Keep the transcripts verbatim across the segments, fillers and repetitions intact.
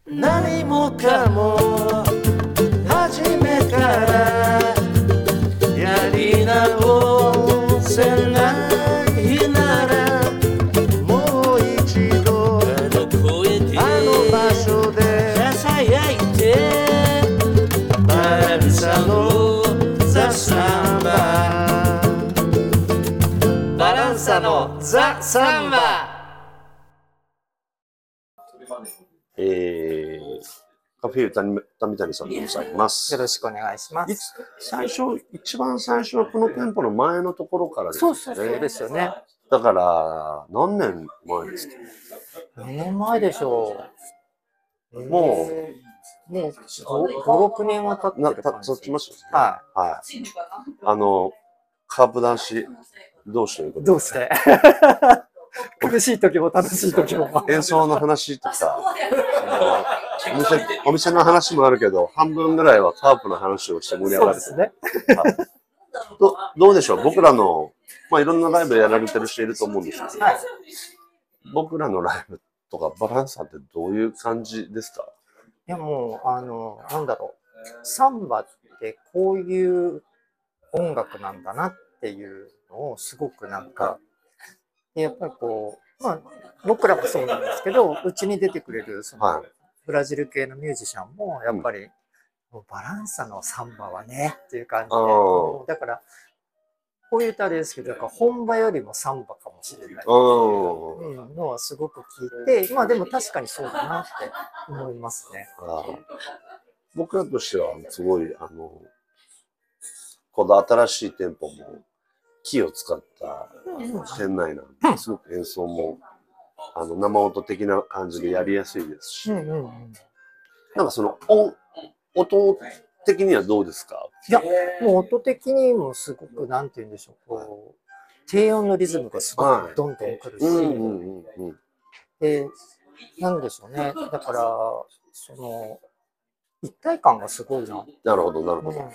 何もかも初めからやり直せないならもう一度あの声であの場所でささやいてバランサのザ・サンババランサのザ・サンバえー、カフェ歌みたにさんでございます。 よろしくお願いします。 最初、一番最初はこの店舗の前のところからですね。 そうそうそうですよね。 だから、何年前ですか？ 何年前でしょう。 もう、もうご、ろくねんは経ってる感じ。 経ちますよね。 はい。 はい。あの、カープ男子同士ということで。 どうして苦しい時も楽しい時も。 演奏の話とか、お店、お店の話もあるけど、半分ぐらいはカープの話をして盛り上がる。 そうですね。 はい、ど, どうでしょう、僕らの、まあいろんなライブやられてる人いると思うんですけど、はい、僕らのライブとかバランサーってどういう感じですか？ いやもう、あの、なんだろう、サンバってこういう音楽なんだなっていうのをすごくなんか、やっぱりこう、まあ、僕らもそうなんですけど、うちに出てくれるその、はい、ブラジル系のミュージシャンもやっぱり、うん、もうバランサのサンバはねっていう感じで、だからこういう歌ですけど、だから本場よりもサンバかもしれないっていうのはすごく聞いて、まあでも確かにそうだなって思いますね。 あ僕らとしてはすごいあのこの新しい店舗も木を使った店内なんで、すごく演奏もあの生音的な感じでやりやすいですし、うんうんうん、なんかその音、音的にはどうですか？ いや、もう音的にもすごくなんて言うんでしょう、こう低音のリズムがすごくどんどんくるし、で、なんでしょうね、だからその一体感がすごいな。 なるほどなるほど。うん、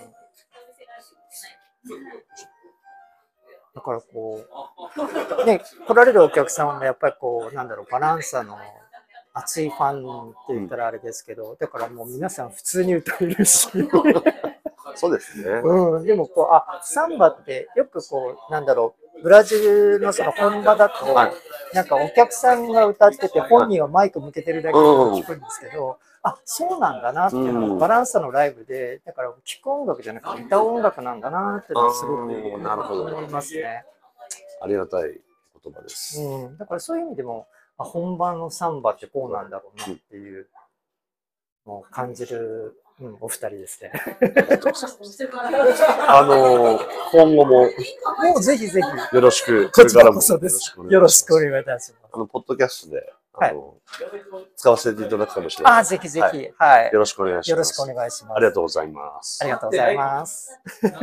だからこう、ね、来られるお客さんもやっぱりこう、なんだろう、バランサの熱いファンって言ったらあれですけど、うん、だからもう皆さん普通に歌えるし。 そうですね。 うん、でもこう、あ、サンバってよくこう、なんだろう、ブラジルのその本場だと、はい、なんかお客さんが歌ってて、本人はマイク向けてるだけで聞くんですけど、うんあ、そうなんだなっていうのが、バランサのライブで、だから聴く音楽じゃなくて歌う音楽なんだなっていうのはすごく思いますね。 ありがたい言葉です。 うん、だからそういう意味でも、あ本番のサンバってこうなんだろうなっていうのを感じる、うん、お二人ですね。 あの今後ももうぜひぜひよろしくこちらこそです。よろしくお願いいたします。 あのポッドキャストで。あのはい、使わせていただくかもしれない。 あ、ぜひぜひ、はい。 よろしくお願いします。 よろしくお願いします。 ありがとうございます。 ありがとうございます。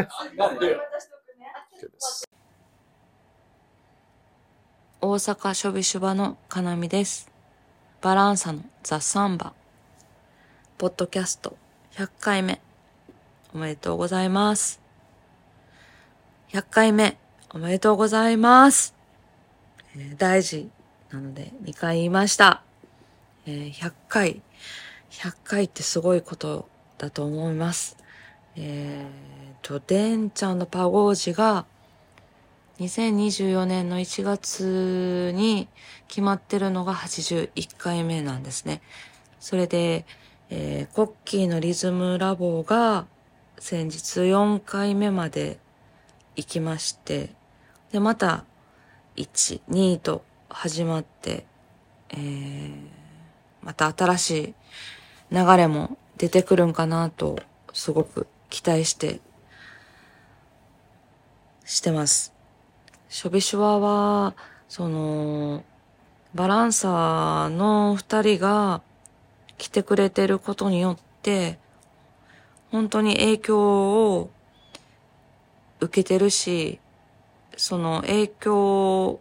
大阪ショビシュバのかなみです。バランサのザ・サンバ。ポッドキャストひゃっかいめ。おめでとうございます。ひゃっかいめおめでとうございます。えー、大事。なのでにかい言いました、えー、ひゃっかいひゃっかいってすごいことだと思います。えーとデンちゃんのパゴージがにせんにじゅうよねんのいちがつに決まってるのがはちじゅういっかいめなんですね。それで、えー、コッキーのリズムラボが先日よんかいめまで行きまして、でまたいち、にと始まって、えー、また新しい流れも出てくるんかなとすごく期待してしてます。ショビシュワはそのバランサーの二人が来てくれてることによって本当に影響を受けてるし、その影響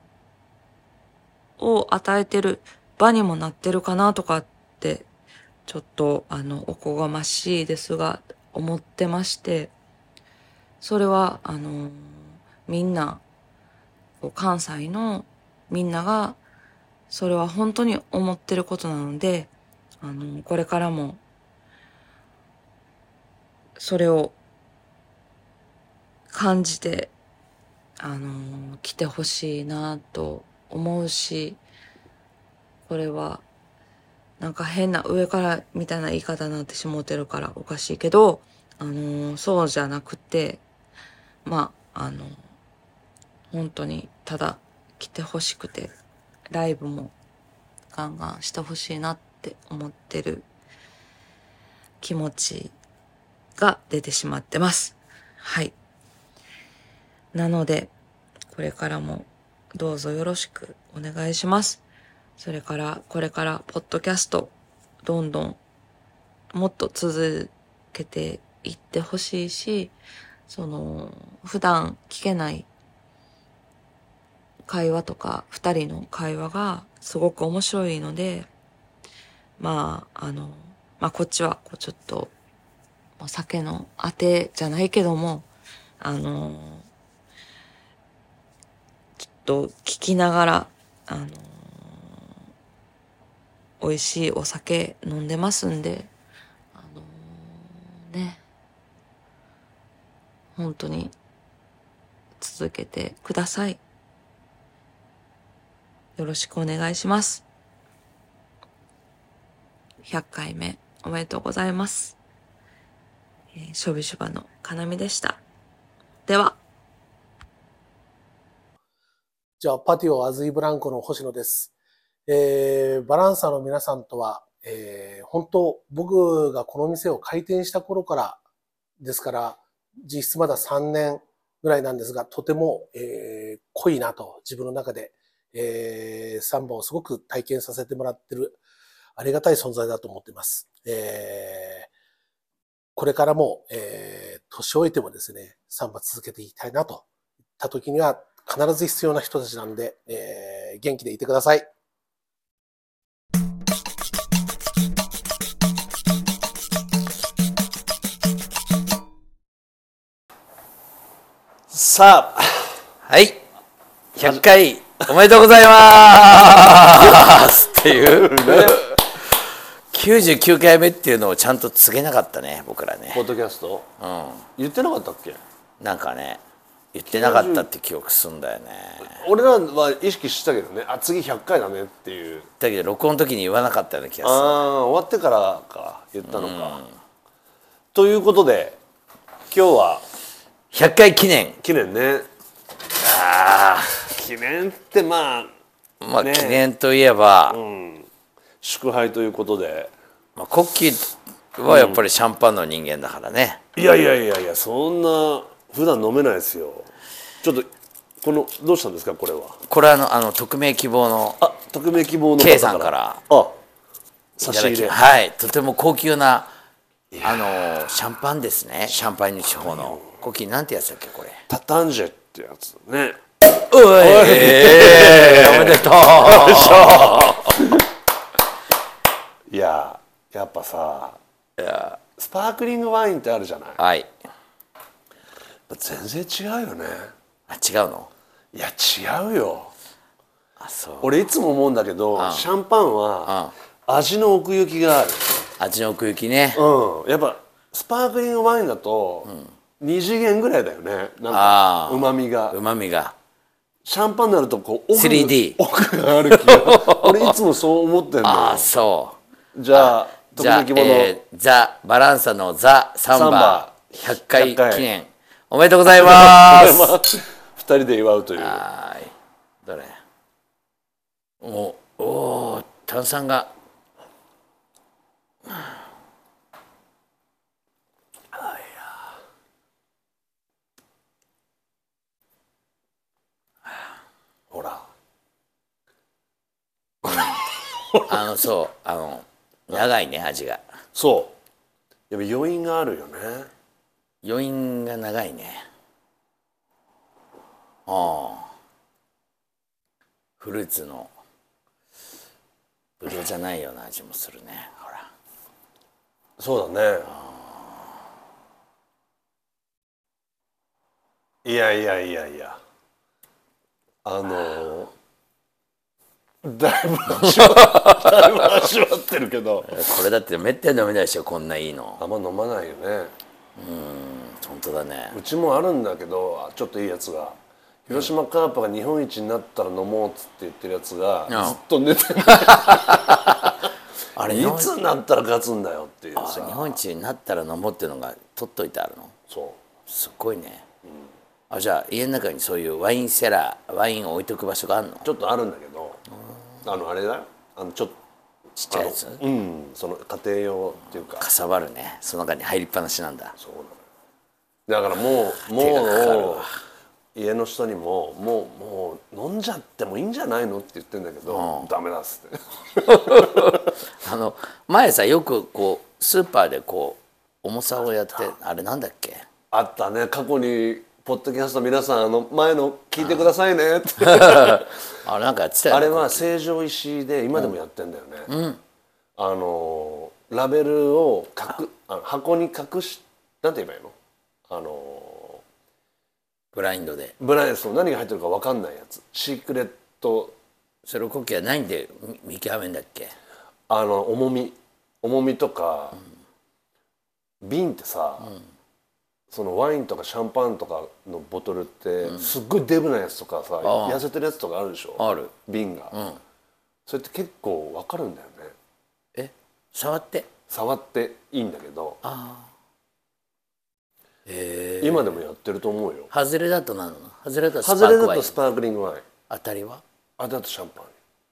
を与えてる場にもなってるかなとかってちょっとあのおこがましいですが思ってまして、それはあのみんな関西のみんながそれは本当に思ってることなので、 あのこれからもそれを感じてあの来てほしいなと思うし、これはなんか変な上からみたいな言い方になってしもうてるからおかしいけど、あのそうじゃなくて、まああの本当にただ来てほしくて、ライブもガンガンしてほしいなって思ってる気持ちが出てしまってます。はい。なのでこれからもどうぞよろしくお願いします。それからこれからポッドキャストどんどんもっと続けていってほしいし、その普段聞けない会話とか二人の会話がすごく面白いので、まああのまあこっちはこうちょっとお酒のあてじゃないけども、あのちょっと聞きながらあの美味しいお酒飲んでますんで、あのね本当に続けてください。よろしくお願いします。ひゃっかいめおめでとうございます。えー、ショビシュバのかなみでした。では。 じゃあ、パティオアズイブランコの星野です。えー、バランサの皆さんとは、えー、本当、僕がこの店を開店した頃からですから、実質まださんねんぐらいなんですが、とても、えー、濃いなと自分の中で、えー、サンバをすごく体験させてもらってる、ありがたい存在だと思っています。えー、これからも、えー、年老いてもですね、サンバ続けていきたいなといった時には、必ず必要な人たちなんで、えー、元気でいてください。 さあ、 はい。ひゃっかいおめでとうございますっていう、ね、きゅうじゅうきゅうかいめっていうのをちゃんと告げなかったね、僕らね。 ポッドキャスト、 うん、 言ってなかったっけ？ なんかね、言ってなかったって記憶すんだよね。 俺らは意識したけどね、あ、次ひゃっかいだねっていう。 だけど録音の時に言わなかったような気がする。 ああ、終わってからか言ったのか、うん、ということで今日はひゃっかい記念。 記念ね。ああ、記念ってまあまあ、ね、記念といえば、 うん、祝杯ということで、 まあ、コッキーはやっぱりシャンパンの人間だからね、 うん、いやいやいやいや、そんな普段飲めないですよ。ちょっとこのどうしたんですかこれは。 これはあのあの匿名希望のあ、匿名希望の K さんからあ差し入れ、 はい、とても高級なあのシャンパンですね。シャンパンに地方のコッキーなんてやつだっけこれ。 タタンジェってやつね。 おい、えー、おめでとう。いややっぱさ、 いやスパークリングワインってあるじゃない。 はい。 全然違うよね。 あ、違うの？ いや違うよ。 あ、そう。 俺いつも思うんだけど、うん、シャンパンは味の奥行きがある。 味の奥行きね。 うん。やっぱスパークリングワインだとに次元ぐらいだよね。なんかうまみが。 うまみが。 シャンパンになるとこう奥スリーディー奥がある気が。俺いつもそう思ってんのよ。 ああ、そう。 じゃあじゃあ、えー、ザ・バランサのザ・サンバひゃっかい記念おめでとうございますふたりで祝うという。 はい。どれ？おお、炭酸がほらあのそうあの長いね味が。 そうやっぱ余韻があるよね。 余韻が長いね。ああ、フルーツのブドウじゃないような味もするね。ほら。 そうだね。いやいやいやいや、あのだいぶ味わだいぶ味わってるけどこれだってめったに飲めないでしょこんないいの。 あんま飲まないよね。 うん本当だね。 うちもあるんだけどちょっといいやつが広島カープが日本一になったら飲もうっつって言ってるやつがうんずっと寝てるあれいつになったら勝つんだよっていうさ。 あ日本一になったら飲もうっていうのが取っといてあるの。 そうすごいね、うん、あじゃあ家の中にそういうワインセラーワインを置いとく場所があるの。 ちょっとあるんだけどあのあれだよあのちょっとちっちゃいやつ。 うんその家庭用っていうかかさばるね。その中に入りっぱなしなんだ。 そうなのだからもう手がかかるもうわ家の人にももうもう飲んじゃってもいいんじゃないのって言ってんだけど、 うんダメだっつってあの前さよくこうスーパーでこう重さをやってあれなんだっけ。 あったね過去にポッドキャスト皆さんあの前の聞いてくださいねってあれなんかやってたよね。 あれは成城石井で今でもやってんだよね、 うんあのラベルをかくあの箱に隠しなんて言えばいいのあのブラインドで。 ブライスの何が入ってるか分かんないやつシークレットそれをコッキーはないんで見極めんだっけ。 あの重み重みとか、うん、瓶ってさ、うん、そのワインとかシャンパンとかのボトルって、うん、すっごいデブなやつとかさ痩せてるやつとかあるでしょ。 ある瓶が、 うん、 それって結構分かるんだよね。 え触って触っていいんだけどあへえ今でもやってると思うよ。 外れだとなの外れだとスパ外れークワインだとスパークリングワイン当たりはあだとシャンパン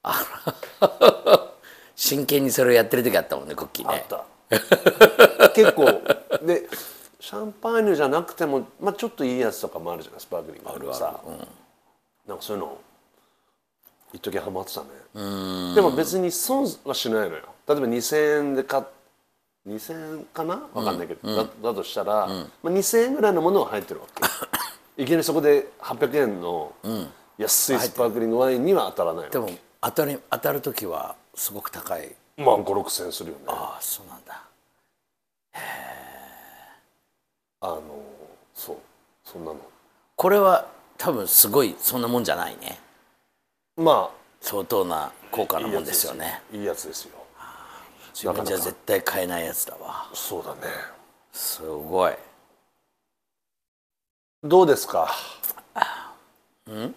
真剣にそれをやってる時あったもんねコッキーね。 あった結構でシャンパーニュじゃなくても、まあ、ちょっといいやつとかもあるじゃないスパークリングあるあるさ、 うん、 なんかそういうの一時ハマってたね。でも別に損はしないのよ。例えばにせんえんで買っにせんえんかな分かんないけど、うん、だ, だとしたら、うんまあ、にせんえんぐらいのものは入ってるわけいきなりそこではっぴゃくえんの安いスパークリングワインには当たらないわけ。 でも当たり当たる時はすごく高い。 まあごろくせんえんするよね。 ああそうなんだ。へえあのそうそんなのこれは多分すごいそんなもんじゃないね。 まあ相当な高価なもんですよね。 いいやつですよ。 自分じゃ絶対買えないやつだわ。 そうだね。 すごい。 どうですか。 うん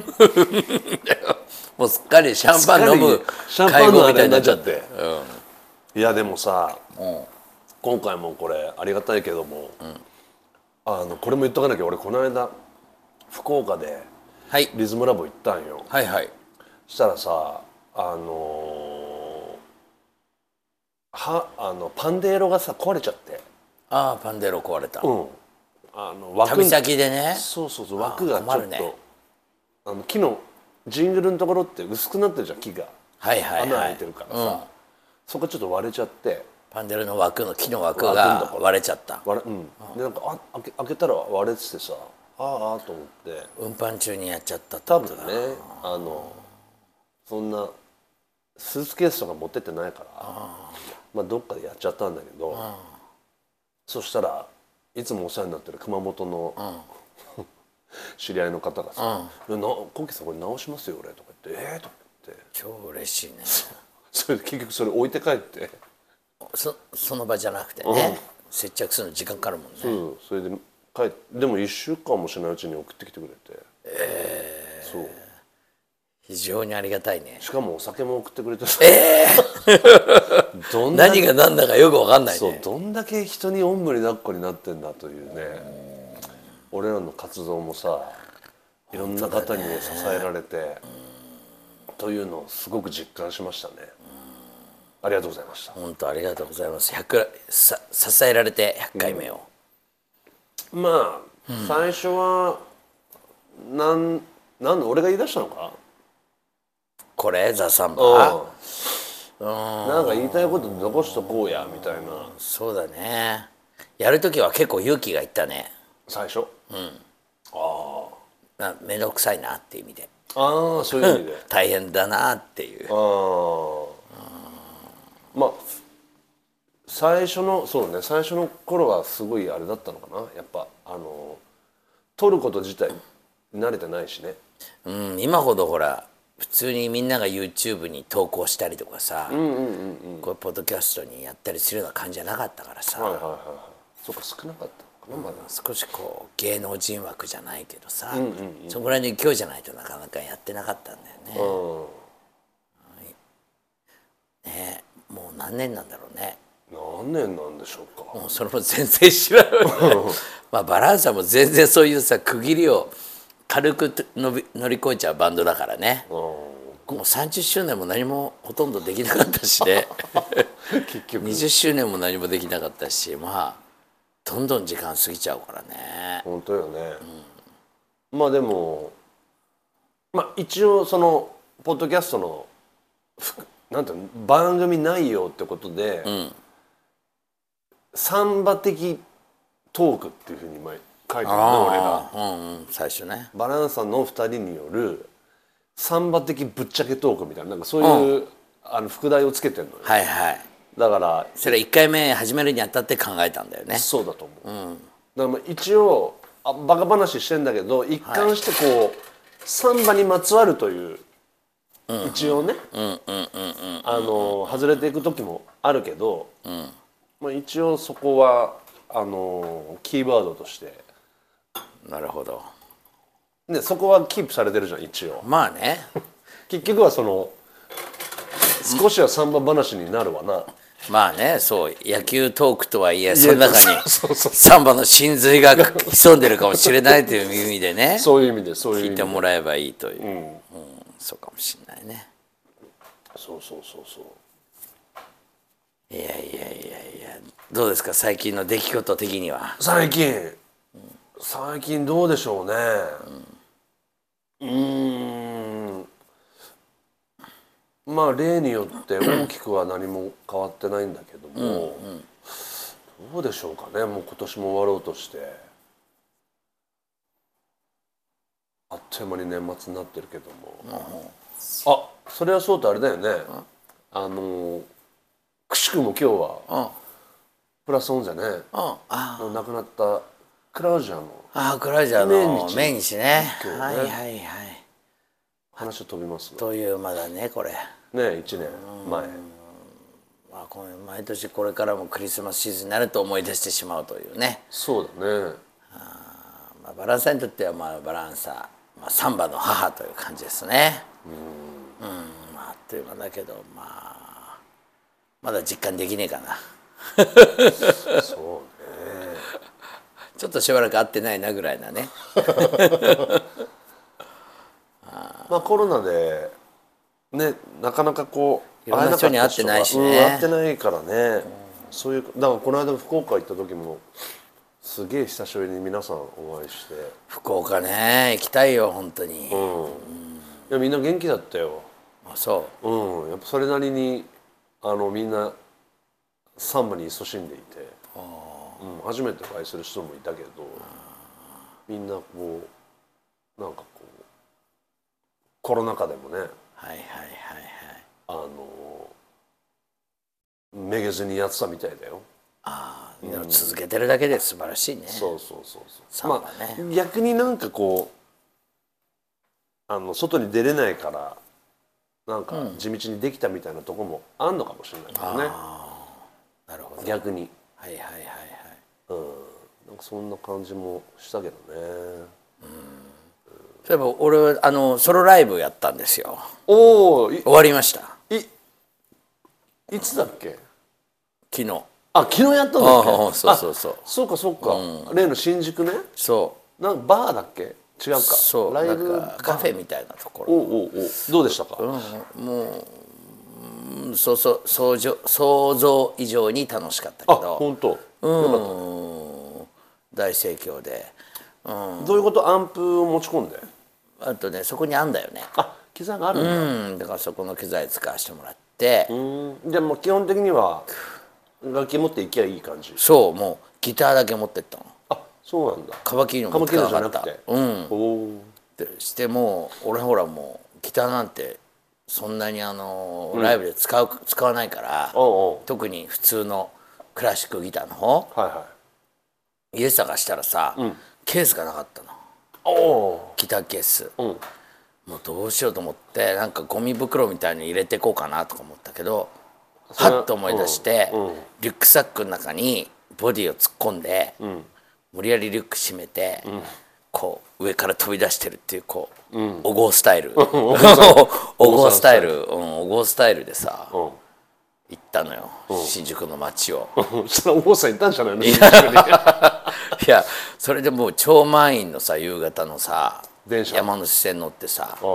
もうすっかりシャンパン飲むシャンパンのあれになっちゃって、うん、いやでもさ、うん、今回もこれありがたいけども、うん、あのこれも言っとかなきゃ俺この間福岡でリズムラボ行ったんよ。 はいはい。 したらさあのー、はあのパンデーロがさ壊れちゃって。 ああパンデーロ壊れた。 うんあの枠旅先でね。 そうそうそう枠がちょっとあ、ね、あの木のジングルのところって薄くなってるじゃん木が、 はいはいはい、 穴開いてるからさ、うん、そこちょっと割れちゃってパンデルの枠の木の枠が割れちゃった割れ、うん、でなんかあ開け開けたら割れててさああと思って運搬中にやっちゃったって多分ねあのそんなスーツケースとか持ってってないからまあどっかでやっちゃったんだけどそしたらいつもお世話になってる熊本の、うん知り合いの方がさ「うん、コッキーさんこれ直しますよ俺」とか言って「ええー?」とか言って超嬉しいね。 それで結局それ置いて帰ってそその場じゃなくてね、うん、接着するの時間かかるもんね。 そうそれで帰ってでもいっしゅうかんもしないうちに送ってきてくれてえー、 そう非常にありがたいね。 しかもお酒も送ってくれてえー、どん何が何だかよく分かんないね。 そうどんだけ人におんぶに抱っこになってんだというね俺らの活動もさいろんな方に、ね、支えられてというのをすごく実感しましたね。ありがとうございました。 本当ありがとうございます。ひゃくさ支えられてひゃっかいめを、 うん、まあ、うん、最初はなんなんで俺が言い出したのかこれザ・サンバ、 うん、なんか言いたいこと残しとこうやみたいな。 そうだねやるときは結構勇気がいったね最初。うん、ああ面倒くさいなっていう意味でああそういう意味で大変だなっていう。 ああまあ最初のそうね最初の頃はすごいあれだったのかなやっぱあの撮ること自体慣れてないしね。 うん今ほどほら普通にみんなが YouTube に投稿したりとかさ、 うんうんうんうんこういうポッドキャストにやったりするような感じじゃなかったからさ、 はいはいはいはいそうか少なかったのかなまだ少しこう芸能人枠じゃないけどさ、 うんうんうんそのぐらいの勢いじゃないとなかなかやってなかったんだよね。ねもう何年なんだろうね。 何年なんでしょうか。 もうそれも全然知らないまあバランサーも全然そういうさ区切りを軽くのび乗り越えちゃうバンドだからね。もうさんじゅっしゅうねんも何もほとんどできなかったしね結局にじゅっしゅうねんも何もできなかったし、まあどんどん時間過ぎちゃうからね。 本当よね、うん、まあでもまあ一応そのポッドキャストのなんていうの番組内容ってことで、うん、サンバ的トークっていうふうに前書いてるの俺が、 うんうん、最初ねバランサのふたりによるサンバ的ぶっちゃけトークみたいななんかそういう、うん、あの副題をつけてるのよ。 はいはい。 だからそれいっかいめ始めるにあたって考えたんだよね。 そうだと思う、うん、だからまあ一応あバカ話してんだけど一貫してこう、はい、サンバにまつわるという、うん、一応ねあの外れていく時もあるけど、うんまあ、一応そこはあのキーワードとしてなるほどでそこはキープされてるじゃん一応。 まあね結局はその少しはサンバ話になるわな。 まあねそう野球トークとはいえその中にサンバの真髄が潜んでるかもしれないという意味でねそういう意味でそういう意味で聞いてもらえばいいという、うんうん、 そうかもしれないね。 そうそうそうそういやいやいやいやどうですか最近の出来事的には。 最近、うん、最近どうでしょうね。うん、うーんまあ例によって大きくは何も変わってないんだけども、うんうん、どうでしょうかね。もう今年も終わろうとしてあっという間に年末になってるけども、うん、あそれはそうとあれだよね、うん、あのくしくも今日は、うん、プラスオンじゃね、うん、あの亡くなったクラウジャーのあクラウジャーの命日ね。はいはいはい話を飛びますというまだねこれねいちねんまえ、 まあ、この毎年これからもクリスマスシーズンになると思い出してしまうというね。 そうだねあ、まあ、バランサーにとってはまあバランサー、まあ、サンバの母という感じですね。うんうんまああっという間だけどまあまだ実感できねえかなそうねちょっとしばらく会ってないなぐらいなねまあコロナでねなかなかこういろんな人に会ってないしね、 うん、会ってないからね、うん、そういうだからこの間福岡行った時もすげえ久しぶりに皆さんお会いして。 福岡ね行きたいよ本当に、うんうん、いやみんな元気だったよ。 あそううんやっぱそれなりにあのみんなサンバに勤しんでいて、うん、初めてお会いする人もいたけどみんなこうなんかこうコロナ禍でもねはいはいはいはいあのめげずにやってたみたいだよ。 ああ、うん、続けてるだけで素晴らしいね。 そうそうそうそう、 ね、まあ逆になんかこうあの外に出れないからなんか地道にできたみたいなところもあんのかもしれないけどね、うん、 なるほど逆にはいはいはいはい、 うん、なんかそんな感じもしたけどね。うんそういえば俺あのソロライブやったんですよ。 おお終わりました。 いいつだっけ。 昨日。 あ昨日やったんだっけ。 あそうそうそうそうかそうか、うん、例の新宿ね。 そうなんかバーだっけ違うか。 そうライブなんかカフェみたいなところ。 おおおどうでしたか。 うん、もうそうそう想像想像以上に楽しかったけど。 あ本当。 うん大盛況で。 うん、どういうことアンプを持ち込んで。 あとねそこにあんだよね。 あ機材があるんだ。 うんだからそこの機材使わせてもらって。 うんじゃあもう基本的には楽器持っていきゃいい感じ。 そうもうギターだけ持ってったの。 あそうなんだ。 カバキリの持ってかなかった。 カバキリじゃなくて。 うんでしてもう俺ほらもうギターなんてそんなにあの、うん、ライブで使う使わないから、 おうおう特に普通のクラシックギターの方、 はいはい、 家探したらさ、うん、ケースがなかったの。 おギターケース、 うん、 もうどうしようと思ってなんかゴミ袋みたいに入れていこうかなとか思ったけどはっと思い出して、うんうん、リュックサックの中にボディを突っ込んで、うん、無理やりリュック閉めて、うん、こう上から飛び出してるっていうこう、うん、おごうスタイルおごうスタイルおごうスタイルでさ、うん、行ったのよ、うん、新宿の街をそれお坊さんいたんじゃないの？いやそれでもう超満員のさ夕方のさ山手線乗ってさ、うん、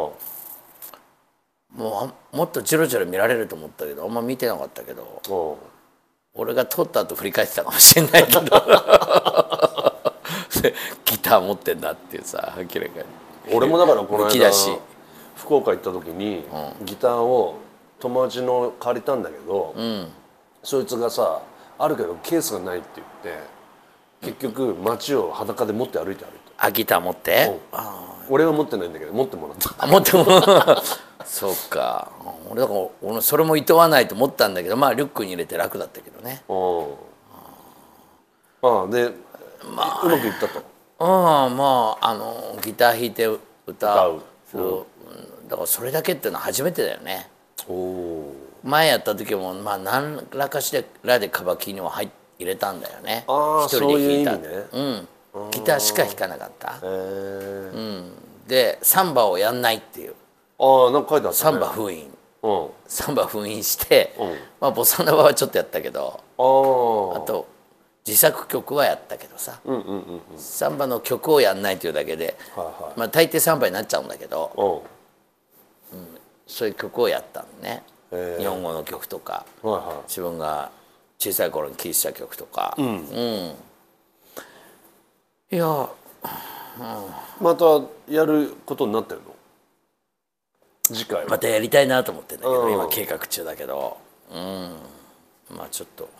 もうもっとジロジロ見られると思ったけどあんま見てなかったけど、うん、俺が撮った後振り返ってたかもしれないけどギター持ってんだっていうさ明らかに俺もだからこの間福岡行った時に、うん、ギターを友達の借りたんだけど、うん、そいつがさあるけどケースがないって言って結局街を裸で持って歩いて歩いてあギター持って、うん、 あ俺は持ってないんだけど持ってもらったあ持ってもらったそうか俺だから俺それも厭わないと思ったんだけどまあリュックに入れて楽だったけどねああで、まあ、うまくいったとあまああのギター弾いて歌う歌うそう、うん、だからそれだけっていうのは初めてだよねお前やった時もまあ何らかしらでカバキには入れたんだよね一人で弾いたんでうんギターしか弾かなかった、うん、でサンバをやんないっていうあなんか書いてあった、ね、 サンバ封印、うん、サンバ封印して、うんまあ、ボサノバはちょっとやったけどあと自作曲はやったけどさ、うんうんうんうん、サンバの曲をやんないというだけで、はいはいまあ、大抵サンバになっちゃうんだけど、うん、そういう曲をやったのね日本語の曲とか、はいはい、自分が小さい頃に聴いてた曲とか、うんうんいや、うん、 またやることになってるの次回はまたやりたいなと思ってんだけど、うん、今計画中だけど、うん、まあちょっと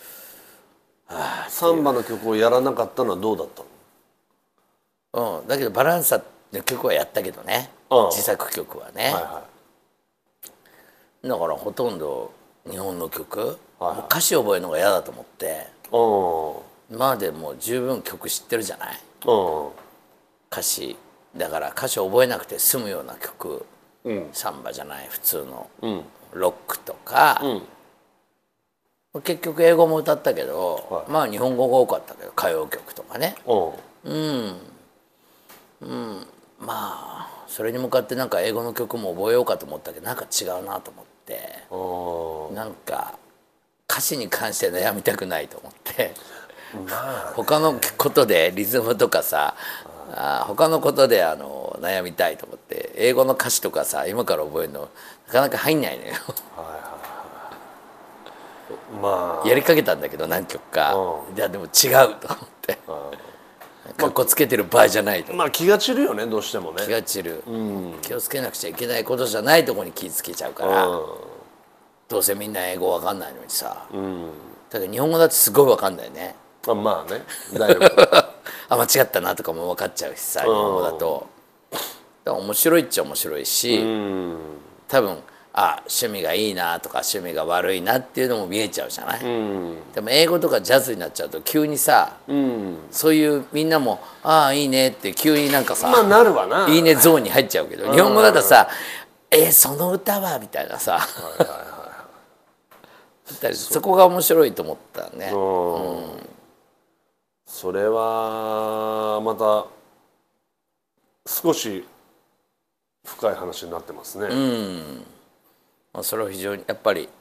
サンバの曲をやらなかったのはどうだったの？うんだけどバランサの曲はやったけどね、うん、自作曲はね、はいはい、だからほとんど日本の曲、はいはい、歌詞覚えるのが嫌だと思って、うん今までもう十分曲知ってるじゃない、うん、歌詞だから歌詞覚えなくて済むような曲、うん、サンバじゃない普通の、うん、ロックとか、うん、結局英語も歌ったけど、はい、まあ日本語が多かったけど歌謡曲とかねうん、うん、まあそれに向かってなんか英語の曲も覚えようかと思ったけどなんか違うなと思ってなんか歌詞に関して悩みたくないと思ってまあ、他のことでリズムとかさあ他のことであの悩みたいと思って英語の歌詞とかさ今から覚えるのなかなか入んないのよまあやりかけたんだけど何曲か、うん、いやでも違うと思ってかっこつけてる場合じゃないとまあ気が散るよねどうしてもね気が散る、うん、気をつけなくちゃいけないことじゃないとこに気つけちゃうから、うん、どうせみんな英語わかんないのにさ、うん、だけど日本語だってすごいわかんないねあまあね大丈夫あ間違ったなとかも分かっちゃうしさ日本語だとだから面白いっちゃ面白いし多分あ趣味がいいなとか趣味が悪いなっていうのも見えちゃうじゃないでも英語とかジャズになっちゃうと急にさそういうみんなも「ああいいね」って急になんかさ「 まあなるわな」 いいねゾーンに入っちゃうけど日本語だとさ「えー、その歌は」みたいなさそこが面白いと思ったねうんそれはまた少し深い話になってますね。うん、 まあ、それは非常にやっぱり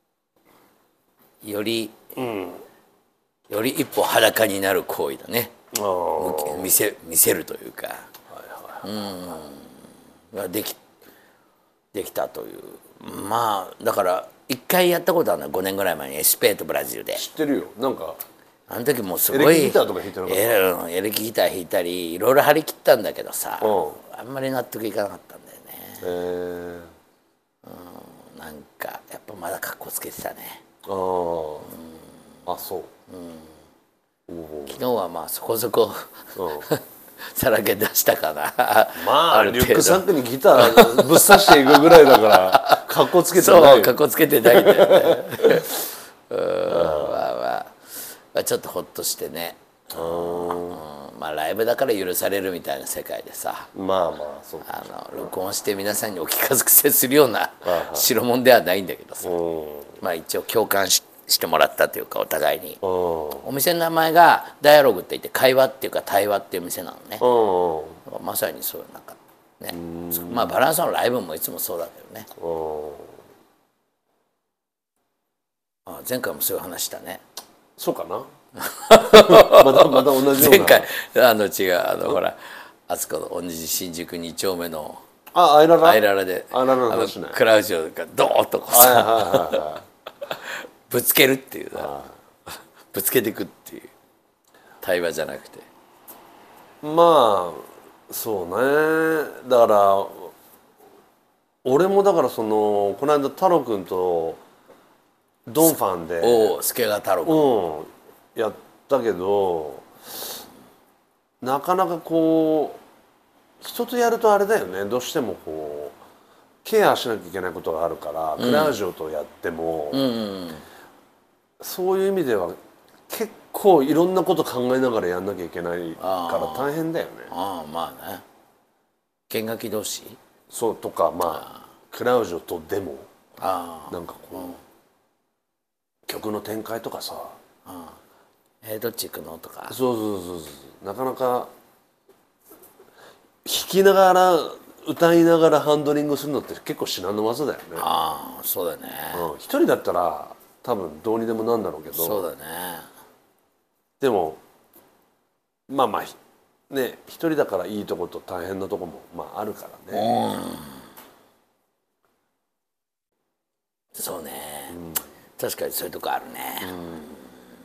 より、うん、より一歩裸になる行為だね。見せ見せるというか、はいはい、うんができできたというまあだから一回やったことあるのはごねんぐらい前にエスペートブラジルで。 知ってるよなんか。 あの時もすごいエレキギターとか弾いてなかった？エレキギター弾いたりいろいろ張り切ったんだけどさ、あんまり納得いかなかったんだよね。へー、うん、なんかやっぱまだ格好つけてたね。あ、うん、 あそう、 うん、昨日はまあそこそこ、うん、さらけ出したかな。 まあリュックサックにギターぶっ刺していくぐらいだから格好つけてない。 そう格好つけてないんだよね。うんまあまあちょっとほっとしてね、うん、 まあライブだから許されるみたいな世界でさ、 まあまあそうあの録音して皆さんにお聞かせするような代物ではないんだけどさ、まあ一応共感ししてもらったというか、お互いに。お店の名前がダイアログって言って、会話っていうか対話っていう店なのね。まさにそういうなんかね、まあバランスのライブもいつもそうだけどね。あ、前回もそういう話したね。 そうかなまだまだ同じような。 前回あの違う、あのほらあそこの同じ新宿に丁目のあアイララアイララでアイララの話ね。 クラウジョがドーッとこうさぶつけるっていうさ、ぶつけていくっていう対話じゃなくて、 まあそうね。だから俺もだからそのこの間太郎くんとドンファンでおお助川太郎くん、 うんやったけど、なかなかこう人とやるとあれだよね、どうしてもこうケアしなきゃいけないことがあるから、うん、クラウジョとやっても、うんうん、そういう意味では結構いろんなこと考えながらやんなきゃいけないから大変だよね。 ああまあね、弦楽器同士そうとか、まあクラウジョとでもあなんかこう、うん、曲の展開とかさ、 ああえー、どっち行くのとか、 そうそうそうそう、なかなか弾きながら歌いながらハンドリングするのって結構至難の技だよね。 ああそうだね、 うん、一人だったら多分どうにでもなんだろうけど、 そうだね。 でもまあまあね、一人だからいいとこと大変なとこもまああるからね。 うんそうね、うん、確かにそういうとこあるね。うん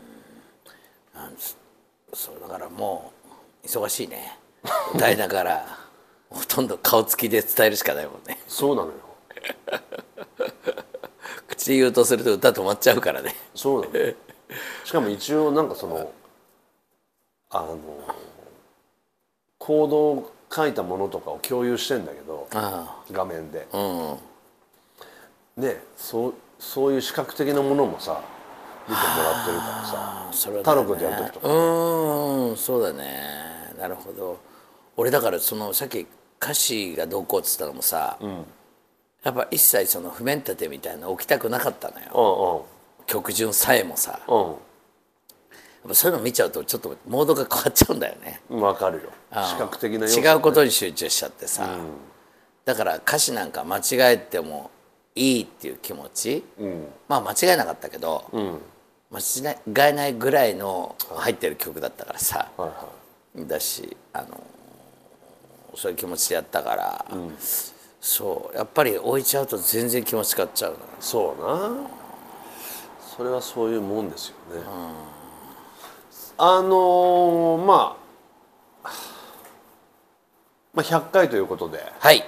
そうだからもう忙しいね、歌いながらほとんど顔つきで伝えるしかないもんね。 そうなのよ口で言うとすると歌止まっちゃうからね。 そうなのよしかも一応なんかそのあのコードを書いたものとかを共有してんだけど、画面で、うん、ね、そうそういう視覚的なものもさ見てもらってるからさ、それはね、太郎君とやる時とか、ね、 うんそうだね。なるほど。俺だからそのさっき歌詞がどうこうっつったのもさ、うん、やっぱ一切その譜面立てみたいなの置きたくなかったのよ、うんうん、曲順さえもさ、うん、やっぱそういうの見ちゃうとちょっとモードが変わっちゃうんだよね。 わかるよ、視覚的な要素、 ね、違うことに集中しちゃってさ、うん、だから歌詞なんか間違えてもいいっていう気持ち、うん、まあ間違えなかったけど、うん間違えないぐらいの入ってる曲だったからさ、はいはい、だしあのそういう気持ちでやったから、うん、そうやっぱり置いちゃうと全然気持ち変わっちゃうな。 そうな、それはそういうもんですよね。うん、あのー、まあまあひゃっかいということで、 はい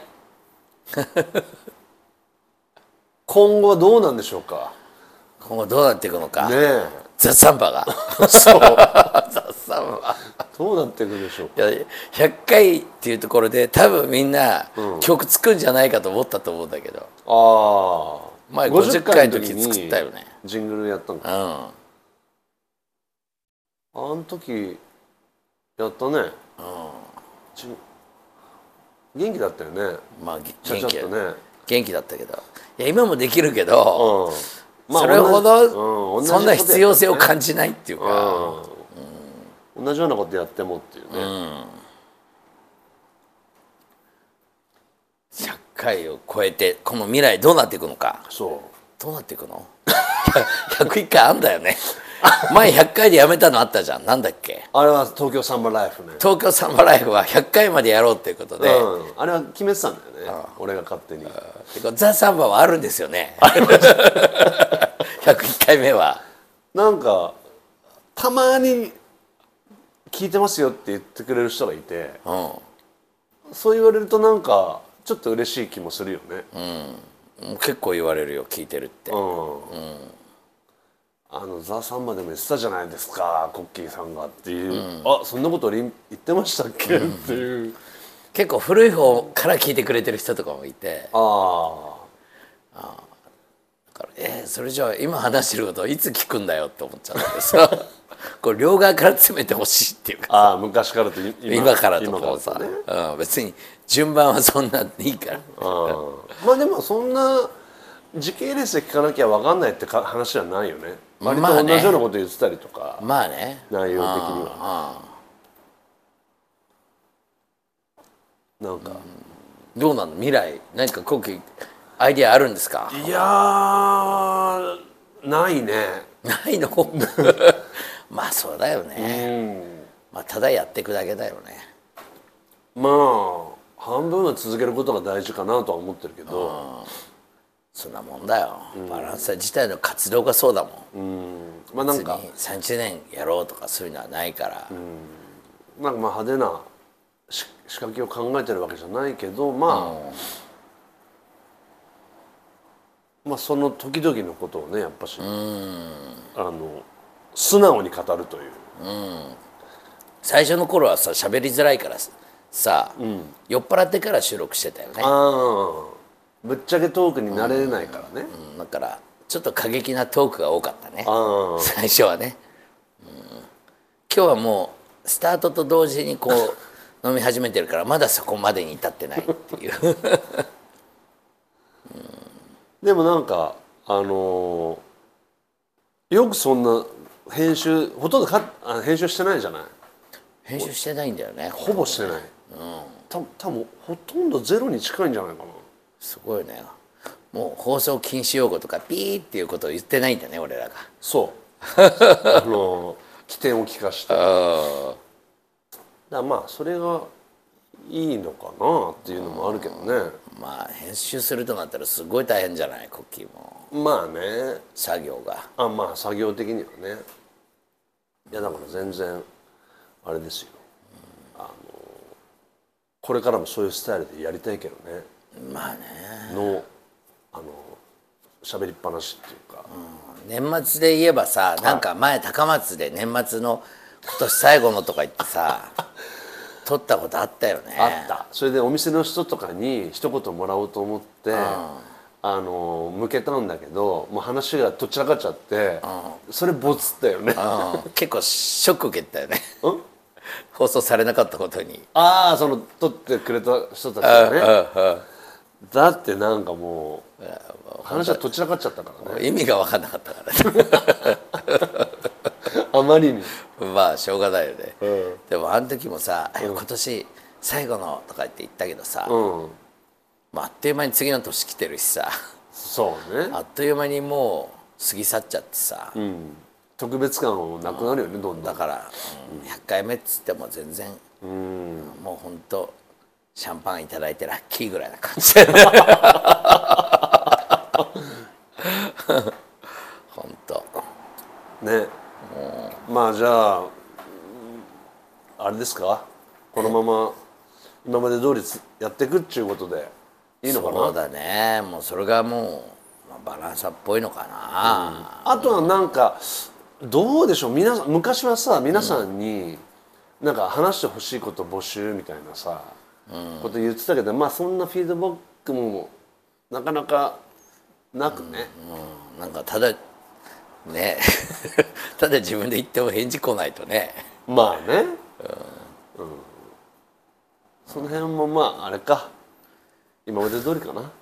今後はどうなんでしょうか。 今後どうなっていくのか。 ねえ。 ザ・サンバが。 そう。 ザ・サンバ。 どうなっていくでしょうか。 いやひゃっかいっていうところで多分みんな曲作るんじゃないかと思ったと思うんだけど。 ああ。 前ごじゅっかいの時作ったよね。 ジングルやったのか。うん。あの時やったね。うん。元気だったよね。 まあ元気だったね。 元気だったけど。いや今もできるけど。うんまあ、それほどそんな必要性を感じないっていうか、 うん、同じようなことやってもっていうね、うん、 ひゃっかいを超えてこの未来どうなっていくのか。 そうどうなっていくのひゃくいっかいあんだよね前ひゃっかいでやめたのあったじゃん。なんだっけあれは東京サンバライフね。 東京サンバライフはひゃっかいまでやろうっていうことで、 うん、あれは決めてたんだよね、うん、俺が勝手に。 ザ・サンバはあるんですよねひゃくいっかいめは。 なんかたまに聞いてますよって言ってくれる人がいて、うん、そう言われるとなんかちょっと嬉しい気もするよね。 うん、結構言われるよ聞いてるって。うん、うんあのザ・サンバでも言ってたじゃないですかコッキーさんがっていう、うん、あそんなこと言ってましたっけ、うん、っていう結構古い方から聞いてくれてる人とかもいて、ああだからええそれじゃあ今話してることはいつ聞くんだよって思っちゃうんだけどさこれ両側から詰めてほしいっていうかああ昔からと 今, 今からとかもさ、 ね、 うん、別に順番はそんなんでいいからあまあでもそんな時系列で聞かなきゃ分かんないってか話じゃないよね。割と同じようなこと言ってたりとか、 まあね内容的にはなんか、 うん、どうなの未来何かコッキーアイディアあるんですか？ いやーないね。 ないのまあそうだよね、まあただやっていくだけだよね。 まあ半分は続けることが大事かなとは思ってるけど、 そんなもんだよ、バランサー自体の活動がそうだもん。 うんまあなんか別にさんじゅうねんやろうとかそういうのはないから、 なんかまあ派手な仕掛けを考えてるわけじゃないけど、まあ、うん、まあその時々のことをねやっぱし、うん、あの素直に語るという、 うん、最初の頃はさ喋りづらいからさ、うん、酔っ払ってから収録してたよね。 あぶっちゃけトークになれないからね、 うんうん、だからちょっと過激なトークが多かったね最初はね、うん、今日はもうスタートと同時にこう飲み始めてるからまだそこまでに至ってないっていう、うん、 でもなんかあのー、よくそんな編集ほとんどかあ編集してないじゃない。 編集してないんだよねほぼしてない、うん、た多分ほとんどゼロに近いんじゃないかな。 すごいね。もう放送禁止用語とかピーっていうことを言ってないんだね俺らが。 そうあの起点を聞かして、だからまあそれがいいのかなっていうのもあるけどね。 まあ編集するとなったらすごい大変じゃないコッキーも。 まあね作業があまあ作業的にはね。いやだから全然あれですよ、うん、あのこれからもそういうスタイルでやりたいけどね。 まあねのあの喋りっぱなしっていうか、 うん、年末で言えばさなんか前高松で年末の今年最後のとか言ってさ撮ったことあったよね。 あった。それでお店の人とかに一言もらおうと思って、うん、あの向けたんだけどもう話がとっちらかっちゃって、うん、それボツったよね、 うん、結構ショック受けたよね放送されなかったことに。 ああその撮ってくれた人たちがね、うんうんうん、だってなんかもう話はとっちらかっちゃったからね。 意味が分かんなかったからねあまりにまあしょうがないよね、うん、でもあの時もさ、うん、今年最後のとか言って言ったけどさ、うんまあ、あっという間に次の年来てるしさそうねあっという間にもう過ぎ去っちゃってさ、うん、 特別感もなくなるよね、うん、どんどんだから、うん、ひゃっかいめっつっても全然、うん、もうほんとシャンパンいただいてラッキーぐらいな感じほんとね。まあじゃああれですかこのまま今まで通りやっていくっていうことでいいのかな。 そうだねもうそれがもうバランサーっぽいのかな、 うん、あとはなんかどうでしょう皆さん昔はさ皆さんになんか話してほしいこと募集みたいなさ、うん、こと言ってたけどまあそんなフィードバックもなかなかなくね、 うんうん、なんかただねただ自分で言っても返事来ないとねまあね、うんうん、その辺もまああれか今まで通りかな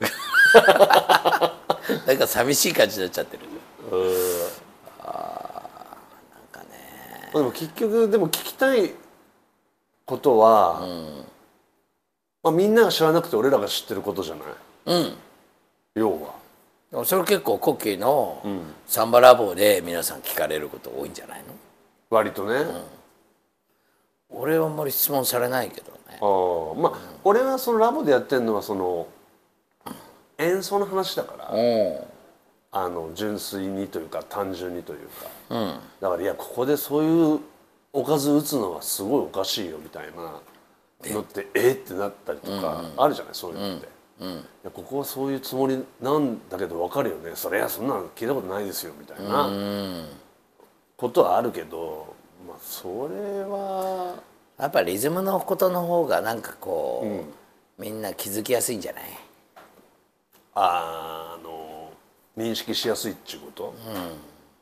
なんか寂しい感じになっちゃってる。うんあなんかねでも結局でも聞きたいことは、うんまあ、みんなが知らなくて俺らが知ってることじゃない、うん、要はそれ結構コッキーのサンバラボで皆さん聞かれること多いんじゃないの？ 割とね、うん、 俺はあんまり質問されないけどね。 あまあ、うん、俺はそのラボでやってるのはその演奏の話だから、うん、あの純粋にというか単純にというか、うん、だからいやここでそういうおかず打つのはすごいおかしいよみたいなのってえー、ってなったりとかあるじゃない、うん、そういうのって。うん、いやここはそういうつもりなんだけど分かるよねそれはそんなの聞いたことないですよみたいなことはあるけど、まあそれはやっぱリズムのことの方がなんかこう、うん、みんな気づきやすいんじゃない？ あの認識しやすいっていうこと、 うん、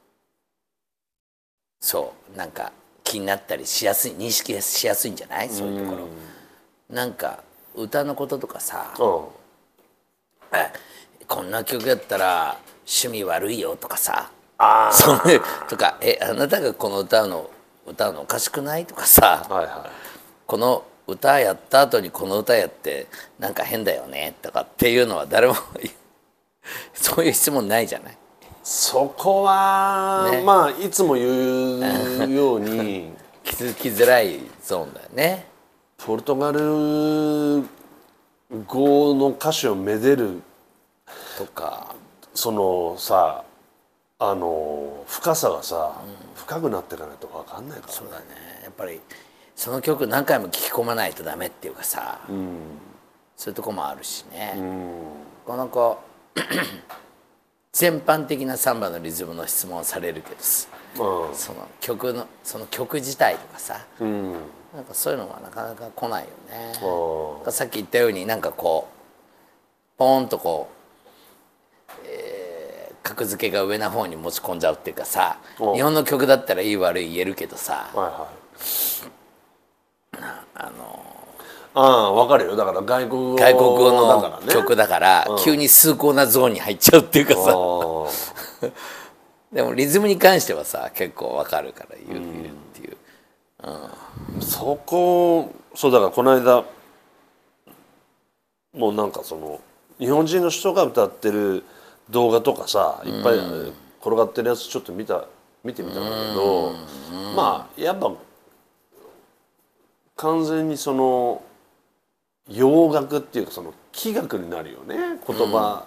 そうなんか気になったりしやすい認識しやすいんじゃないそういうところ、うん、なんか歌のこととかさ、うん、こんな曲やったら趣味悪いよとかさあそういうとかえあなたがこの歌うの歌うのおかしくないとかさ、はいはい、この歌やった後にこの歌やってなんか変だよねとかっていうのは誰もそういう質問ないじゃない。 そこは、ね、まあいつも言うように気づきづらいゾーンだよね。 ポルトガル語の歌詞をめでるとかそのさあの深さがさ、うん、深くなっていかないと分かんないからね。 そうだねやっぱりその曲何回も聴き込まないとダメっていうかさ、うん、そういうとこもあるしね、うん、この子全般的なサンバのリズムの質問をされるけどさ、うん、その曲のその曲自体とかさ、うん、なんかそういうのがなかなか来ないよね、うん、さっき言ったようになんかこうポーンとこう、えー、格付けが上の方に持ち込んじゃうっていうかさ、うん、日本の曲だったらいい悪い言えるけどさ、はいはい、あのああ分かるよだから外国語外国語の曲だから、うん、急に崇高なゾーンに入っちゃうっていうかさでもリズムに関してはさ結構分かるから言う、うん、言うっていう、 うん、そこそうだからこの間もうなんかその日本人の人が歌ってる動画とかさいっぱい転がってるやつちょっと見た見てみたんだけど、うん、まあやっぱ完全にその洋楽っていうかその気学になるよね言葉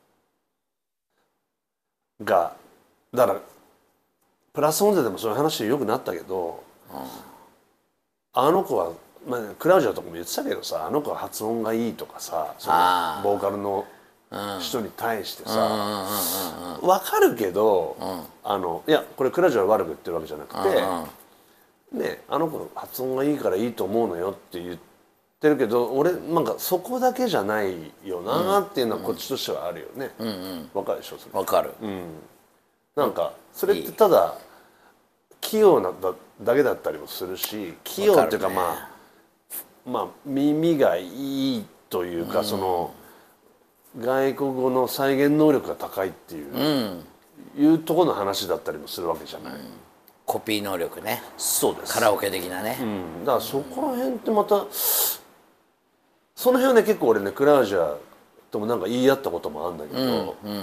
が、うん、だからプラスオンででもそういう話よくなったけど、うん、あの子は、まあ、クラウジャーとかも言ってたけどさあの子は発音がいいとかさそのボーカルの人に対してさ分かるけど、うん、あのいやこれクラウジャーは悪く言ってるわけじゃなくて、うん、ねあの子発音がいいからいいと思うのよって言っててるけど俺なんかそこだけじゃないよなっていうのはこっちとしてはあるよね。うんうん、わかるでしょそれ。 わかる、うん。 なんかそれってただ器用なだだけだったりもするし器用っていうかまあまあ耳がいいというか、うん、その外国語の再現能力が高いっていう、うん、いうところの話だったりもするわけじゃない。うん、 コピー能力ね。 そうです。 カラオケ的なね。 うん、だからそこら辺ってまた。その辺はね結構俺ねクラウジャーともなんか言い合ったこともあるんだけど、うんうん、あ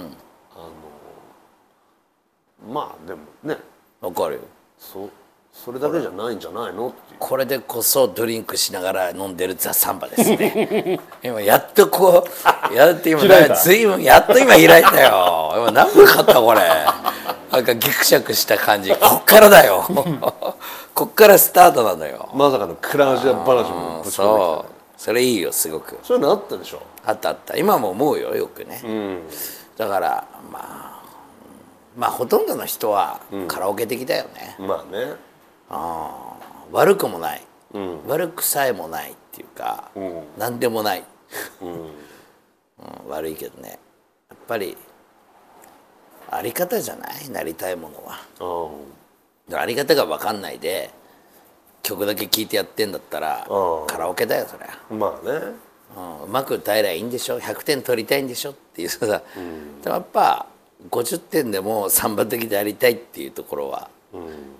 のまあでもねわかるよそ, それだけじゃないんじゃないのっていうこれでこそドリンクしながら飲んでるザ・サンバですね今やっとこうやって今ずいぶんやっと今開いたよ今何分かったこれなんかギクシャクした感じこっからだよこっからスタートなのよまさかのクラウジャー話もぶち込んできた。 それいいよすごく。 そういうのあったでしょ。 あったあった今も思うよよくね、うん、だからまあまあほとんどの人はカラオケ的だよね、 うん、まあねあ悪くもない、うん、悪くさえもないっていうか、うん、何でもない、うんうん、悪いけどねやっぱりあり方じゃないなりたいものは、うん、あり方が分かんないで曲だけ聴いてやってんだったらカラオケだよそりゃ。 まあね、 うん、うまく歌えりゃいいんでしょひゃくてん取りたいんでしょっていうさ、うん、でもやっぱごじゅってんでもサンバ的でありたいっていうところは、うん、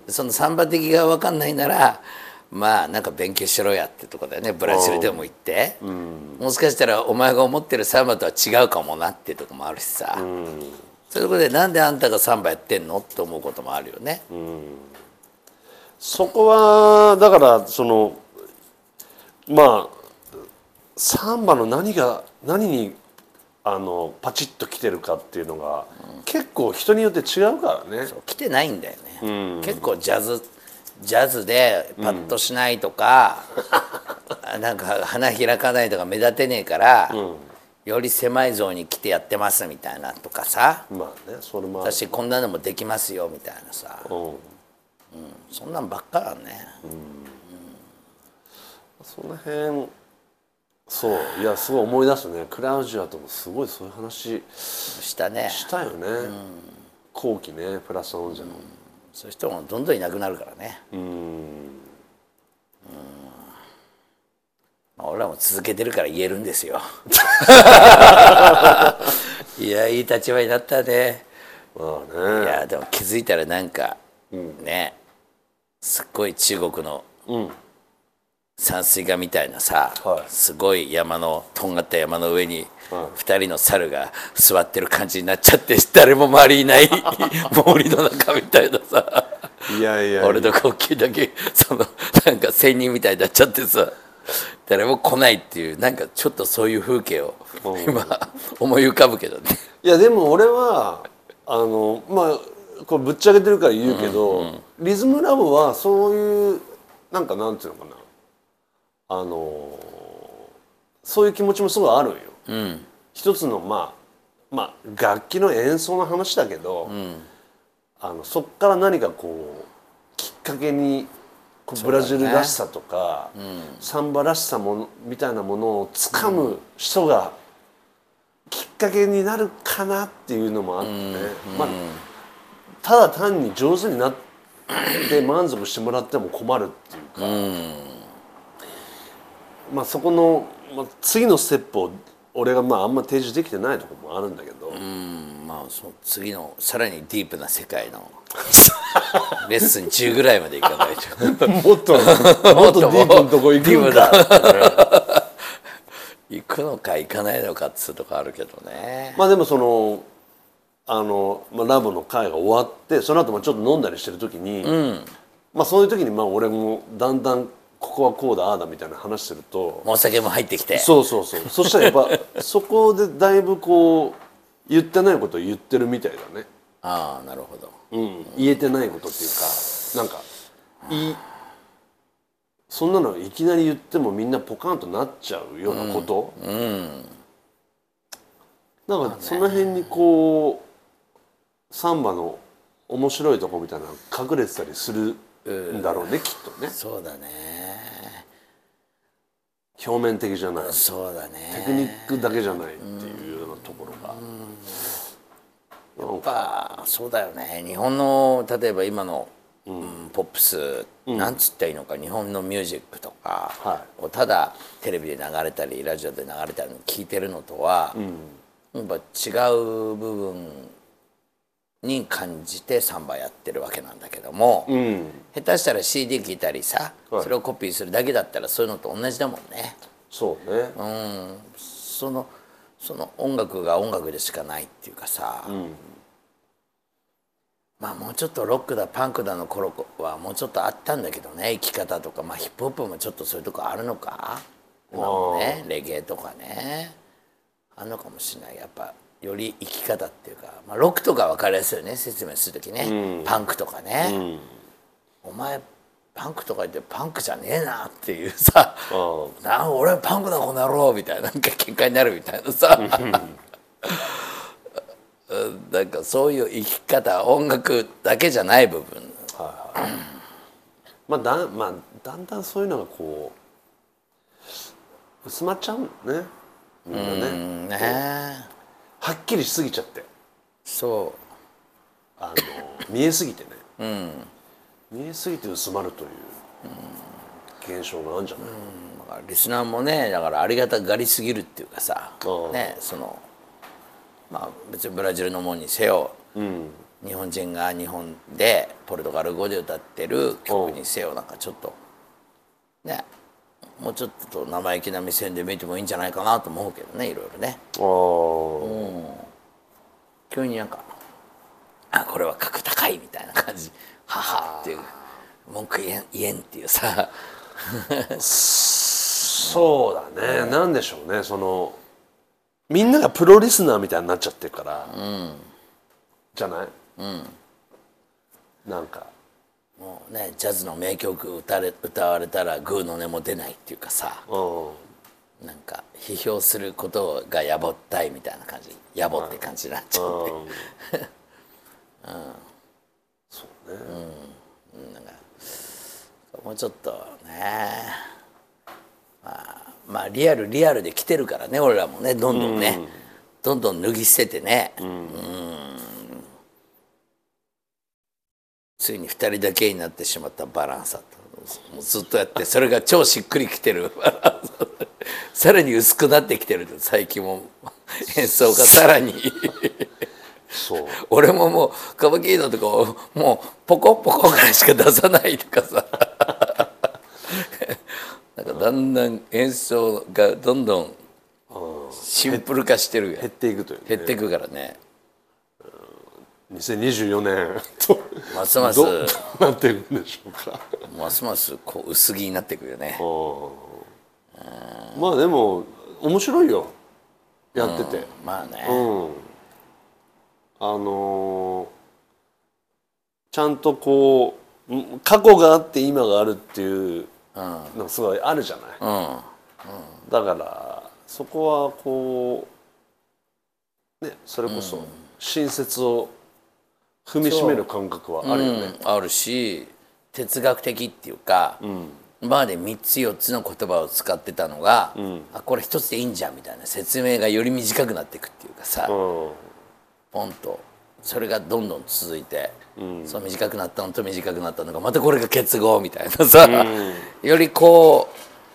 そのサンバ的が分かんないならまあなんか勉強しろやってとこだよねブラジルでも行って、うん、もしかしたらお前が思ってるサンバとは違うかもなっていうとこもあるしさ、うん、そういうところでなんであんたがサンバやってんのって思うこともあるよね。うんそこはだからそのまあサンバの何が何にあのパチッと来てるかっていうのが、うん、結構人によって違うからね。 そう来てないんだよね、うん、結構ジャズジャズでパッとしないとか、うん、なんか花開かないとか目立てねえから、うん、より狭いゾーンに来てやってますみたいなとかさ、 まあねそれも私こんなのもできますよみたいなさ、うんうん、そんなんばっかだね、うんうん、 その辺そういやすごい思い出すね。クラウジアともすごいそういう話したね。 したよね、うん、後期ねプラスオンジャの、うん、 そういう人もどんどんいなくなるからね。うん、うん、まあ、俺らも続けてるから言えるんですよいやいい立場になったね。まあね、いやでも気づいたらなんか、うん、ねすっごい中国の、うん山水画みたいなさ、はい、すごい山のとんがった山の上にふたりの猿が座ってる感じになっちゃって誰も周りいない森の中みたいなさいやいやいや俺と国旗だけそのなんか仙人みたいになっちゃってさ誰も来ないっていうなんかちょっとそういう風景を今思い浮かぶけどね。 いやでも俺はあのまあこれぶっちゃけてるから言うけど、うんうん、リズムラボはそういうなんかなんていうのかなあのそういう気持ちもすごいあるんよ、うん、一つのまあまあ楽器の演奏の話だけど、うん、あのそっから何かこうきっかけにこうブラジルらしさとか、ねうん、サンバらしさもみたいなものをつかむ人がきっかけになるかなっていうのもあって、うんまあ、ただ単に上手になって満足してもらっても困るっていうか。うんまあそこの、まあ、次のステップを俺がまああんま提示できてないところもあるんだけどうんまあその次のさらにディープな世界のレッスンじゅうぐらいまでいかないともっともっとディープのとこ行くんか行くのか行かないのかっつうとこあるけどね。 まあでもそのあの、まあ、ラボの会が終わってその後もちょっと飲んだりしてる時に、うん、まあそういう時にまあ俺もだんだんここはこうだああだみたいな話するとお酒も入ってきてそうそうそうそしたらやっぱそこでだいぶこう言ってないことを言ってるみたいだね。 ああなるほど、 うん、言えてないことっていうかなんかいいそんなのいきなり言ってもみんなポカンとなっちゃうようなこと、うんうん、なんかその辺にこうサンバの面白いとこみたいなの隠れてたりするんだろうね、うん、きっとね。 そうだね表面的じゃないそうだねテクニックだけじゃないっていうようなところが、 うん、やっぱそうだよね。日本の例えば今の、うんうん、ポップス、うん、なんつったらいいのか日本のミュージックとか、はい、をただテレビで流れたりラジオで流れたり聞いてるのとは、うん、やっぱ違う部分に感じてサンバやってるわけなんだけども、うん、下手したら シーディー 聴いたりさ、はい、それをコピーするだけだったらそういうのと同じだもんね。 そうね、うん、 そのその音楽が音楽でしかないっていうかさ、うん、まあもうちょっとロックだパンクだの頃はもうちょっとあったんだけどね生き方とか、まあ、ヒップホップもちょっとそういうとこあるのか今もねレゲエとかねあるのかもしれない。やっぱより生き方っていうか、まあ、ロックとか分かりやすいよね説明する時ね、うん、パンクとかね、うん、お前パンクとか言ってパンクじゃねえなっていうさ「な俺はパンクだこの野郎」みたいななんか喧嘩になるみたいなさなんかそういう生き方音楽だけじゃない部分、はいはいまあだまあ、だんだんそういうのがこう薄まっちゃうねみんなね。うんねはっきりしすぎちゃってそうあの見えすぎてね、うん、見えすぎて薄まるという現象があるんじゃない、 うん、だからリスナーもねだからありがたがりすぎるっていうかさ、ね、そのまあ別にブラジルのもんにせよ、うん、日本人が日本でポルトガル語で歌ってる曲にせよなんかちょっとねもうちょっと生意気な目線で見てもいいんじゃないかなと思うけどねいろいろね。うん、急になんか「あこれは格高い」みたいな感じ「はは」っていう文句言えん言えんっていうさそうだね、うん、なんでしょうねそのみんながプロリスナーみたいになっちゃってるから、うん、じゃない、うん、なんかもうねジャズの名曲 歌, れ歌われたらグーの音も出ないっていうかさ、うん、なんか批評することがやぼったいみたいな感じやぼって感じになっちゃって、うんうん、そうね、うん、なんかもうちょっとねまあまあリアルリアルで来てるからね、俺らもね、どんどんね、うん、どんどん脱ぎ捨ててね、うん、うん、ついにふたりだけになってしまったバランサともうずっとやって、それが超しっくりきてるさらに薄くなってきてる。最近も演奏がさらにそう俺ももうカバキーノとかをもうポコポコぐらいしか出さないとかさなんかだんだん演奏がどんどんシンプル化してる、 減っていくという、ね、 減っていくからね。 にせんにじゅうよねんとますますどうなっていくんでしょうか。 ますますこう薄着になっていくよね。 まあでも面白いよ、やってて、 うん、まあね、 うん、あのー、ちゃんとこう過去があって今があるっていうのがすごいあるじゃない、うんうん、だからそこはこうね、それこそ新説を踏みしめる感覚はあるよね、 うん、あるし哲学的っていうか、うん、今までみっつよっつの言葉を使ってたのが、うん、あこれひとつでいいんじゃんみたいな説明がより短くなっていくっていうかさ、うん、ポンとそれがどんどん続いて、うん、その短くなったのと短くなったのがまたこれが結合みたいなさ、うん、よりこ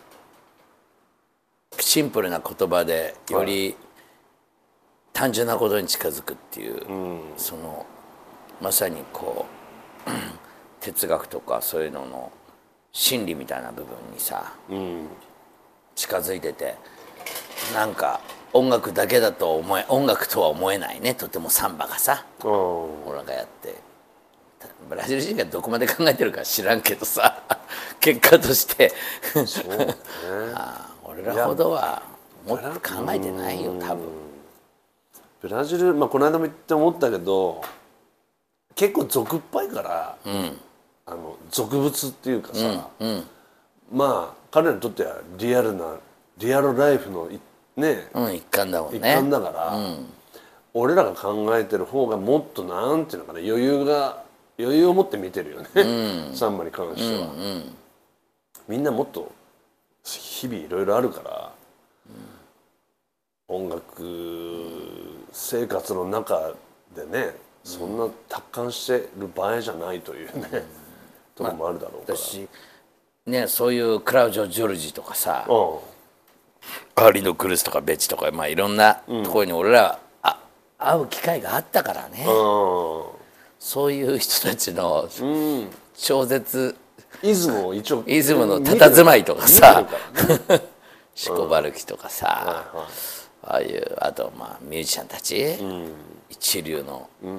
うシンプルな言葉でより単純なことに近づくっていう、うん、そのまさにこう哲学とかそういうのの真理みたいな部分にさ、うん、近づいてて、なんか音楽だけだと思え音楽とは思えないね、とてもサンバがさ、俺らがやって、ブラジル人がどこまで考えてるか知らんけどさ結果としてそう、ね、あ俺らほどはもっと考えてないよ多分。 ブラジル、まあ、この間も言って思ったけど結構俗っぽいから、うん、あの俗物っていうかさ、うんうん、まあ彼らにとってはリアルなリアルライフのね、 うん、一環だもんね。 一環だから、うん、俺らが考えてる方がもっとなんていうのかな、余裕が余裕を持って見てるよね、うん、サンバに関しては、うんうん、みんなもっと日々いろいろあるから、うん、音楽生活の中でねそんな達観してる場合じゃないというね、うん、とこもあるだろうから、 まあね、そういうクラウジョ・ジョルジとかさ、うん、アーリド・クルスとかベチとか、まあ、いろんなところに俺ら、うん、あ会う機会があったからね、うん、そういう人たちの超絶、 うん、イズムを一応イズムの佇まいとかさ、ね、シコバルキとかさ、うん、ああいうあとまあミュージシャンたち、うん、一流の、うんうん、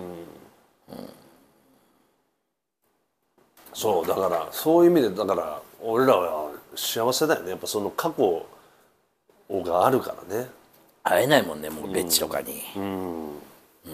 そうだからそういう意味でだから俺らは幸せだよね、やっぱその過去があるからね。 会えないもんねもうベッチとかに、うんうんうん、や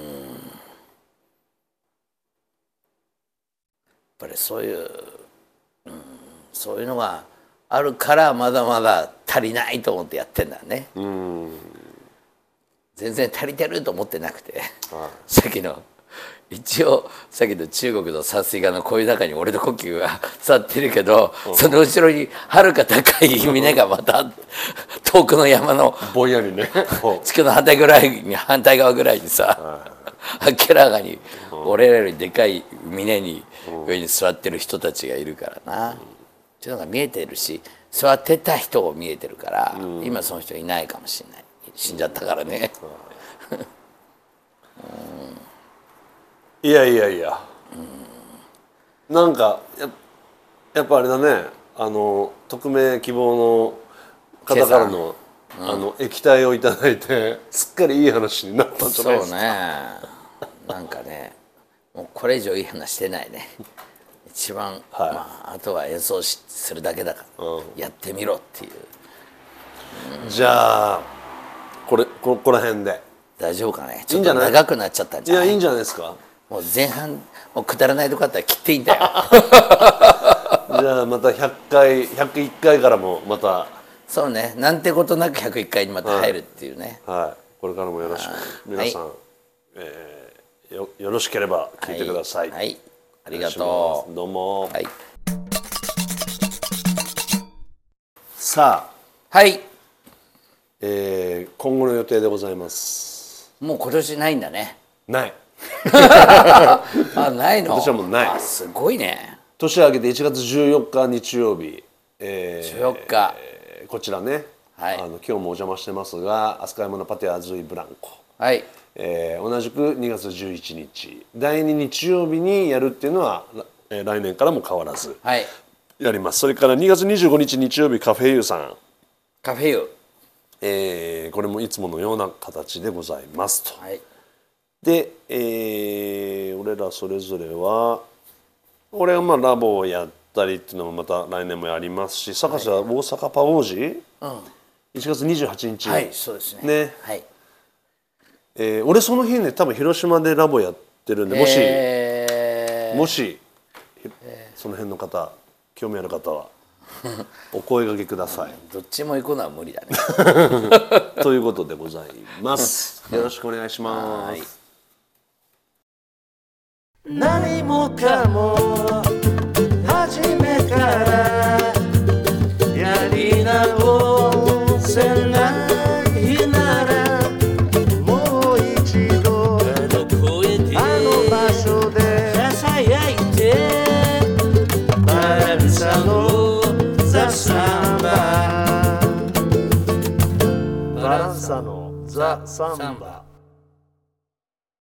っぱりそういう、うん、そういうのがあるからまだまだ足りないと思ってやってんだね、うん、全然足りてると思ってなくて、はい、さっきの一応さっきの中国の山水画のこういう中に俺の呼吸が座ってるけど、うん、その後ろにはるか高い峰がまた遠くの山のぼんやりね地区の反対ぐらいに反対側ぐらいにさ明らかに俺らよりでかい峰に上に座ってる人たちがいるからな、うん、っていうのが見えてるし座ってた人も見えてるから、うん、今その人いないかもしれない、死んじゃったからね、うんいやいやいや、うん、なんか や, やっぱあれだね、あの匿名希望の方からの、うん、あの液体をいただいてすっかりいい話になったんじゃないですか。 そうね、なんかねもうこれ以上いい話してないね一番、はい、まあ、あとは演奏しするだけだから、うん、やってみろっていう、 うん、じゃあこれここら辺で大丈夫かね、ちょっと長くなっちゃったんじゃない？ いやいいんじゃないですか。 もう前半もうくだらないとこあったら切っていいんだよじゃあまたひゃっかいひゃくいっかいからもまたそうね、なんてことなくひゃくいっかいにまた入るっていうね、 はい、はい、これからもよろしく皆さん、はい、えー、よ, よろしければ聞いてください。はい、はい、 ありがとう。 どうも、 はい、 さあはいえー、今後の予定でございます。 もう今年ないんだね。 ないあ、ないの。 今年はもうない。 あ、すごいね。 年明けていちがつじゅうよっか日曜日、えー、 じゅうよっか、 えー、こちらね、 はい、 あの今日もお邪魔してますが、飛鳥山のパティアズイブランコ、 はい、 えー、同じくにがつじゅういちにちだいに日曜日にやるっていうのは、えー、来年からも変わらずやります、はい、それからにがつにじゅうごにち日曜日カフェユーさん、 カフェユー、 えー、これもいつものような形でございますと、 はい、で、 えー、俺らそれぞれは俺はまあラボをやったりっていうのもまた来年もやりますし、サカシは大阪パ王子、うん、いちがつにじゅうはちにち、 はい、そうですね、 ね、 はい、 えー、俺その日ね多分広島でラボやってるんで、もし、えー、もし、えー、その辺の方興味ある方はお声掛けください。 どっちも行くのは無理だねということでございます。よろしくお願いします。 何もかも初めからやり直せないなら、もう一度あの声であの場所でささやいて、バランサのザ・サンバ、バランサのザ・サンバ。